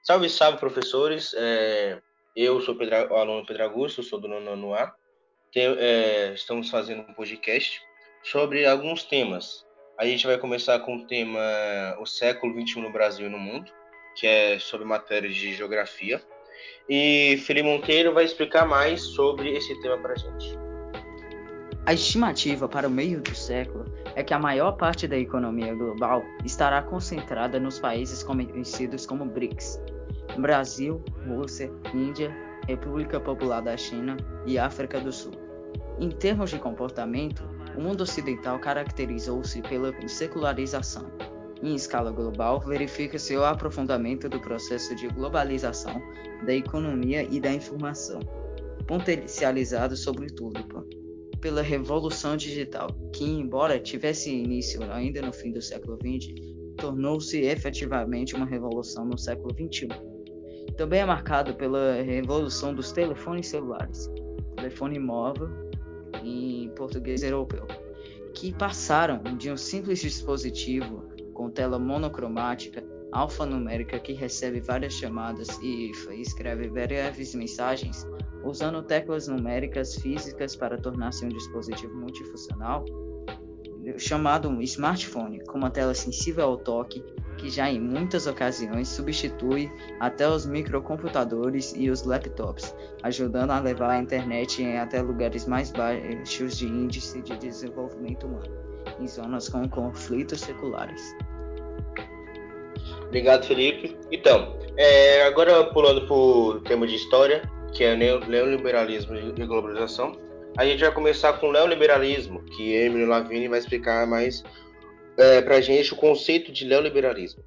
Salve, salve, professores. Eu sou o aluno Pedro Augusto, sou do nono A. Estamos fazendo um podcast sobre alguns temas. A gente vai começar com o tema O século XXI no Brasil e no Mundo, que é sobre matérias de geografia. E Felipe Monteiro vai explicar mais sobre esse tema para a gente. A estimativa para o meio do século é que a maior parte da economia global estará concentrada nos países conhecidos como BRICS: Brasil, Rússia, Índia, República Popular da China e África do Sul. Em termos de comportamento, o mundo ocidental caracterizou-se pela secularização. Em escala global, verifica-se o aprofundamento do processo de globalização da economia e da informação, potencializado sobretudo pela revolução digital, que, embora tivesse início ainda no fim do século XX, tornou-se efetivamente uma revolução no século XXI. Também é marcado pela revolução dos telefones celulares, telefone móvel, em português europeu, que passaram de um simples dispositivo com tela monocromática alfanumérica que recebe várias chamadas e escreve breves mensagens, usando teclas numéricas físicas para tornar-se um dispositivo multifuncional, chamado um smartphone, com uma tela sensível ao toque, que já em muitas ocasiões substitui até os microcomputadores e os laptops, ajudando a levar a internet em até lugares mais baixos de índice de desenvolvimento humano, em zonas com conflitos seculares. Obrigado, Felipe. Então, agora pulando para o tema de história, que é neoliberalismo e globalização, a gente vai começar com o neoliberalismo, que Emílio Lavini vai explicar mais para a gente o conceito de neoliberalismo.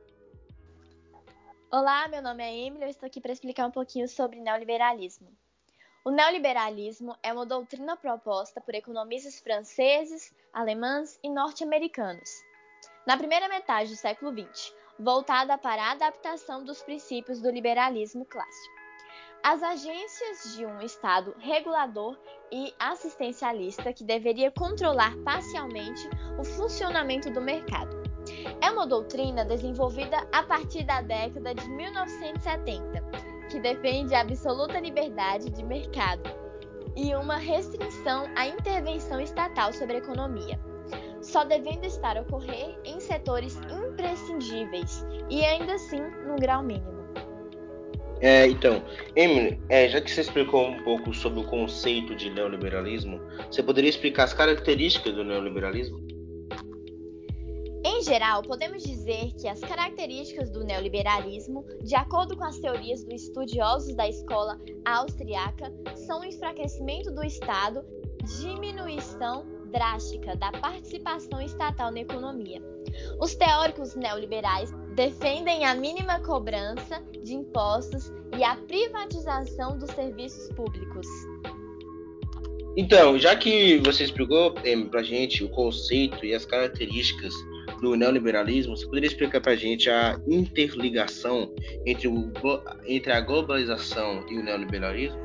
Olá, meu nome é Emílio, eu estou aqui para explicar um pouquinho sobre neoliberalismo. O neoliberalismo é uma doutrina proposta por economistas franceses, alemães e norte-americanos, na primeira metade do século XX, voltada para a adaptação dos princípios do liberalismo clássico. As agências de um Estado regulador e assistencialista que deveria controlar parcialmente o funcionamento do mercado. É uma doutrina desenvolvida a partir da década de 1970, que defende a absoluta liberdade de mercado e uma restrição à intervenção estatal sobre a economia, só devendo estar a ocorrer em setores imprescindíveis e ainda assim no grau mínimo. Então, Emily, já que você explicou um pouco sobre o conceito de neoliberalismo, você poderia explicar as características do neoliberalismo? Em geral, podemos dizer que as características do neoliberalismo, de acordo com as teorias dos estudiosos da escola austriaca, são o enfraquecimento do Estado, diminuição drástica da participação estatal na economia. Os teóricos neoliberais defendem a mínima cobrança de impostos e a privatização dos serviços públicos. Então, já que você explicou para a gente o conceito e as características do neoliberalismo, você poderia explicar para a gente a interligação entre a globalização e o neoliberalismo?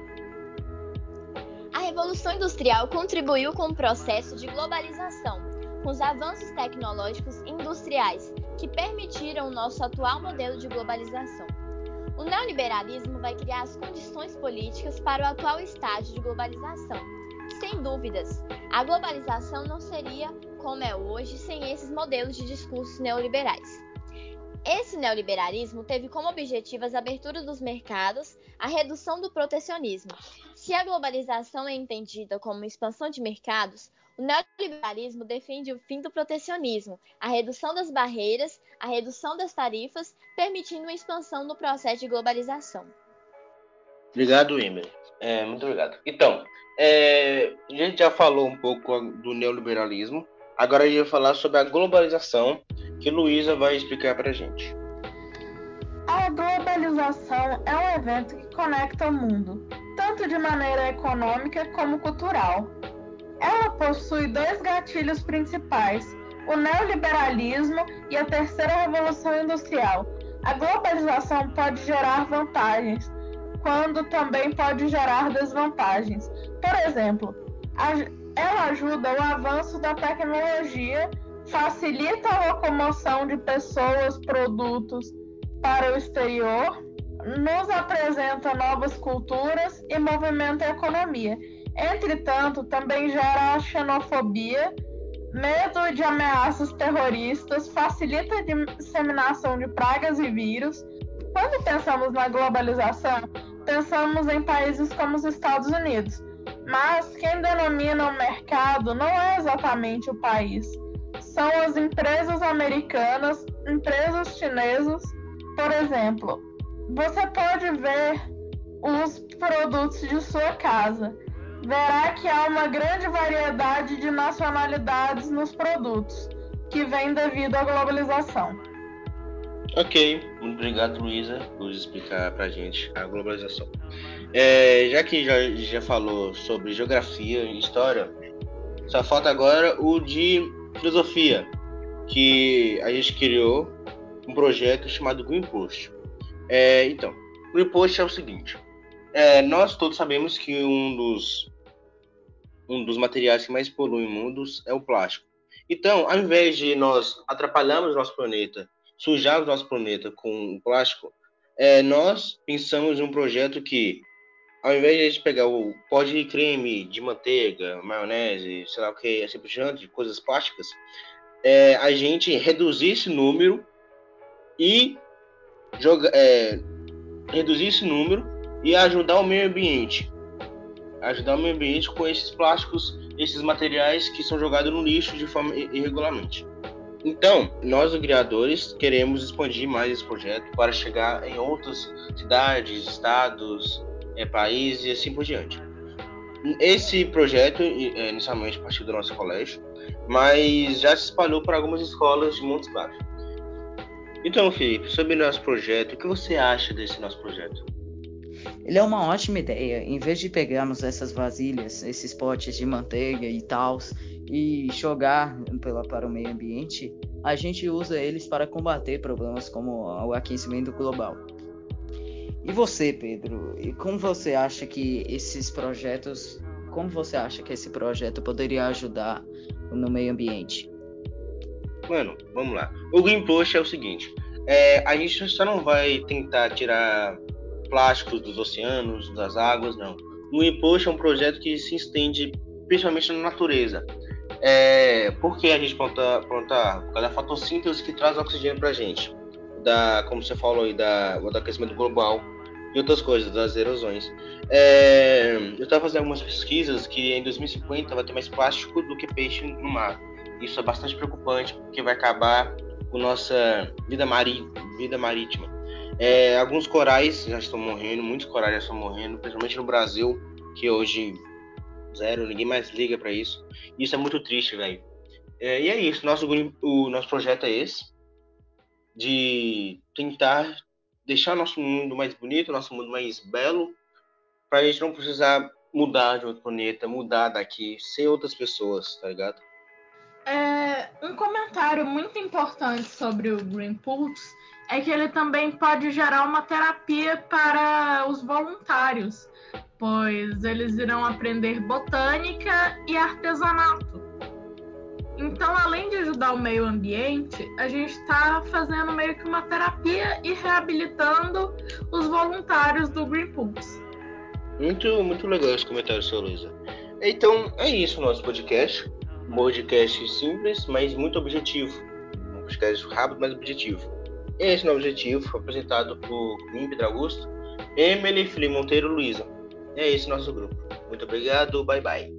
A Revolução Industrial contribuiu com o processo de globalização, com os avanços tecnológicos industriais, que permitiram o nosso atual modelo de globalização. O neoliberalismo vai criar as condições políticas para o atual estágio de globalização. Sem dúvidas, a globalização não seria como é hoje sem esses modelos de discursos neoliberais. Esse neoliberalismo teve como objetivo as aberturas dos mercados, a redução do protecionismo. Se a globalização é entendida como expansão de mercados, o neoliberalismo defende o fim do protecionismo, a redução das barreiras, a redução das tarifas, permitindo uma expansão no processo de globalização. Obrigado, Emily. Muito obrigado. Então, a gente já falou um pouco do neoliberalismo, agora a gente vai falar sobre a globalização, que Luísa vai explicar para a gente. A globalização é um evento que conecta o mundo, tanto de maneira econômica como cultural. Ela possui dois gatilhos principais, o neoliberalismo e a terceira revolução industrial. A globalização pode gerar vantagens, quando também pode gerar desvantagens. Por exemplo, ela ajuda o avanço da tecnologia, facilita a locomoção de pessoas, produtos para o exterior, nos apresenta novas culturas e movimenta a economia. Entretanto, também gera a xenofobia, medo de ameaças terroristas, facilita a disseminação de pragas e vírus. Quando pensamos na globalização, pensamos em países como os Estados Unidos, mas quem denomina o mercado não é exatamente o país. São as empresas americanas, empresas chinesas. Por exemplo, você pode ver os produtos de sua casa. Verá que há uma grande variedade de nacionalidades nos produtos, que vem devido à globalização. Ok, muito obrigado, Luísa, por explicar pra gente a globalização. Já que já falou sobre geografia e história, só falta agora o de filosofia, que a gente criou um projeto chamado Green Post. Então, Green Post é o seguinte: nós todos sabemos que um dos materiais que mais poluem o mundo é o plástico. Então, ao invés de nós atrapalharmos o nosso planeta, sujarmos o nosso planeta com o plástico, nós pensamos em um projeto que, ao invés de a gente pegar o pó de creme, de manteiga, maionese, sei lá o que, assim por diante, coisas plásticas, a gente reduzir esse número e reduzir esse número e ajudar o meio ambiente. Ajudar o meio ambiente com esses plásticos, esses materiais que são jogados no lixo de forma irregularmente. Então, nós, os criadores, queremos expandir mais esse projeto para chegar em outras cidades, estados, países e assim por diante. Esse projeto, inicialmente, partiu do nosso colégio, mas já se espalhou para algumas escolas de Montes Claros. Então, Felipe, sobre o nosso projeto, o que você acha desse nosso projeto? Ele é uma ótima ideia. Em vez de pegarmos essas vasilhas, esses potes de manteiga e tal, e jogar para o meio ambiente, a gente usa eles para combater problemas como o aquecimento global. E você, Pedro? E como você acha que esse projeto poderia ajudar no meio ambiente? Mano, vamos lá. O Green Post é o seguinte: a gente só não vai tentar tirar plásticos dos oceanos, das águas, não. O Green Post é um projeto que se estende principalmente na natureza. Por que a gente planta árvore? Por causa da fotossíntese que traz oxigênio pra gente. Como você falou aí, do aquecimento global e outras coisas, das erosões. Eu estava fazendo algumas pesquisas que em 2050 vai ter mais plástico do que peixe no mar. Isso é bastante preocupante, porque vai acabar com nossa vida marítima. Alguns corais já estão morrendo, muitos corais já estão morrendo, principalmente no Brasil, que hoje zero, ninguém mais liga para isso. Isso é muito triste, velho. E é isso, o nosso projeto é esse, de tentar deixar o nosso mundo mais bonito, o nosso mundo mais belo, para a gente não precisar mudar de outro planeta, mudar daqui, ser outras pessoas, tá ligado? Um comentário muito importante sobre o Green Pulse é que ele também pode gerar uma terapia para os voluntários, pois eles irão aprender botânica e artesanato. Então, além de ajudar o meio ambiente, a gente está fazendo meio que uma terapia e reabilitando os voluntários do Green Pulse. Muito, muito legal esse comentário, seu Luísa. Então, é isso o nosso podcast. Um podcast simples, mas muito objetivo. Um podcast rápido, mas objetivo. Esse é o objetivo, foi apresentado por mim, Pedro Augusto, Emily, Felipe Monteiro e Luísa. É esse nosso grupo. Muito obrigado, bye bye.